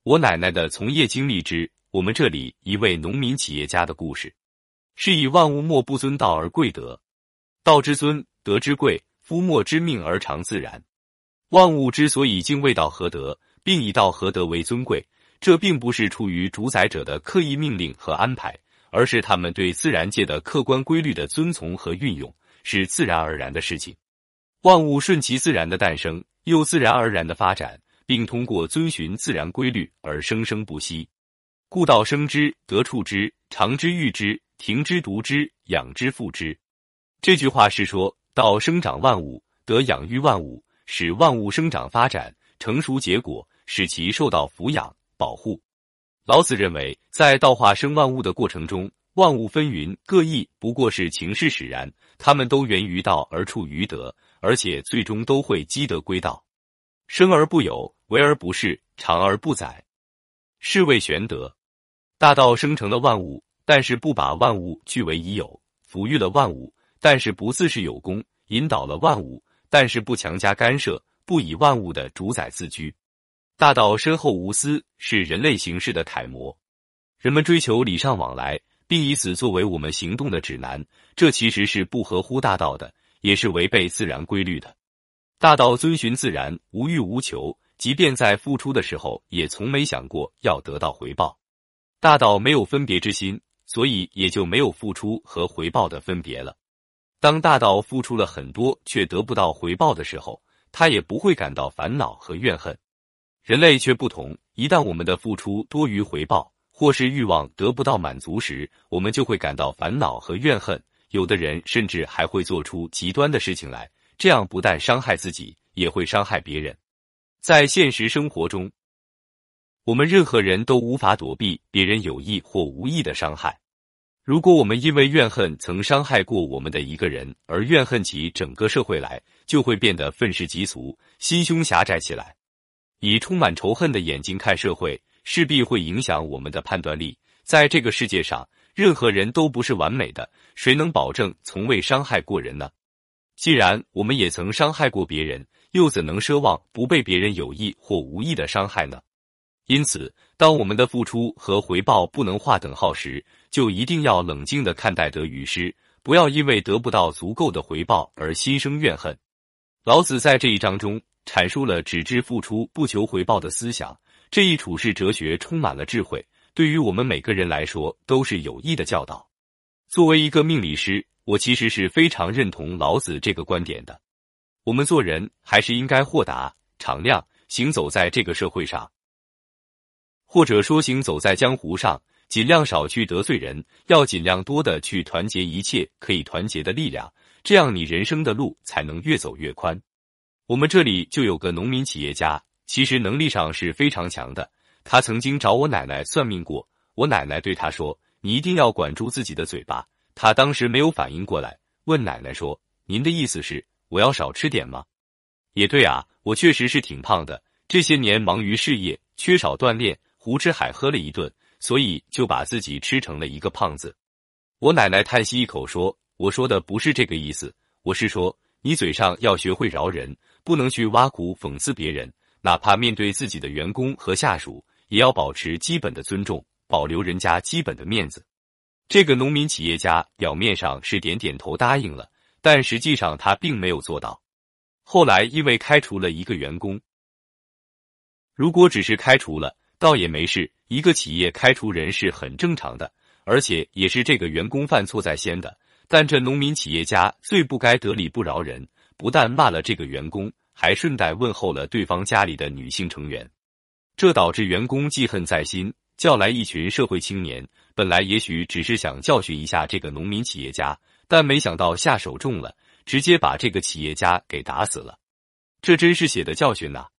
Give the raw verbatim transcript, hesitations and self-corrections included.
我奶奶的从业经历之我们这里一位农民企业家的故事，是以万物莫不尊道而贵德，道之尊，德之贵，夫莫之命而常自然。万物之所以敬畏道和德，并以道和德为尊贵，这并不是出于主宰者的刻意命令和安排，而是他们对自然界的客观规律的遵从和运用，是自然而然的事情。万物顺其自然的诞生，又自然而然的发展，并通过遵循自然规律而生生不息。故道生之，德畜之，长之育之，庭之独之，养之覆之。这句话是说，道生长万物，德养育万物，使万物生长发展，成熟结果，使其受到抚养、保护。老子认为，在道化生万物的过程中，万物纷纭各异，不过是情势使然，它们都源于道而处于德，而且最终都会积德归道。生而不有，为而不恃，长而不宰，是谓玄德。大道生成了万物，但是不把万物据为己有，抚育了万物，但是不自恃有功，引导了万物，但是不强加干涉，不以万物的主宰自居。大道深厚无私，是人类行事的楷模。人们追求礼尚往来，并以此作为我们行动的指南，这其实是不合乎大道的，也是违背自然规律的。大道遵循自然，无欲无求，即便在付出的时候，也从没想过要得到回报。大道没有分别之心，所以也就没有付出和回报的分别了。当大道付出了很多却得不到回报的时候，他也不会感到烦恼和怨恨。人类却不同，一旦我们的付出多于回报，或是欲望得不到满足时，我们就会感到烦恼和怨恨，有的人甚至还会做出极端的事情来，这样不但伤害自己，也会伤害别人。在现实生活中，我们任何人都无法躲避别人有意或无意的伤害。如果我们因为怨恨曾伤害过我们的一个人，而怨恨起整个社会来，就会变得愤世嫉俗，心胸狭窄起来。以充满仇恨的眼睛看社会，势必会影响我们的判断力。在这个世界上，任何人都不是完美的，谁能保证从未伤害过人呢？既然我们也曾伤害过别人，又怎能奢望不被别人有意或无意的伤害呢？因此，当我们的付出和回报不能划等号时，就一定要冷静地看待得与失，不要因为得不到足够的回报而心生怨恨。老子在这一章中阐述了只知付出不求回报的思想，这一处世哲学充满了智慧，对于我们每个人来说都是有益的教导。作为一个命理师，我其实是非常认同老子这个观点的。我们做人还是应该豁达、敞亮，行走在这个社会上，或者说行走在江湖上，尽量少去得罪人，要尽量多的去团结一切可以团结的力量，这样你人生的路才能越走越宽。我们这里就有个农民企业家，其实能力上是非常强的。他曾经找我奶奶算命过，我奶奶对他说，你一定要管住自己的嘴巴。他当时没有反应过来，问奶奶说，您的意思是我要少吃点吗？也对啊，我确实是挺胖的，这些年忙于事业，缺少锻炼，胡吃海喝了一顿，所以就把自己吃成了一个胖子。我奶奶叹息一口说，我说的不是这个意思，我是说你嘴上要学会饶人，不能去挖苦讽刺别人，哪怕面对自己的员工和下属，也要保持基本的尊重，保留人家基本的面子。这个农民企业家表面上是点点头答应了，但实际上他并没有做到。后来因为开除了一个员工，如果只是开除了倒也没事，一个企业开除人是很正常的，而且也是这个员工犯错在先的。但这农民企业家最不该得理不饶人，不但骂了这个员工，还顺带问候了对方家里的女性成员。这导致员工记恨在心，叫来一群社会青年，本来也许只是想教训一下这个农民企业家，但没想到下手重了，直接把这个企业家给打死了。这真是血的教训呐！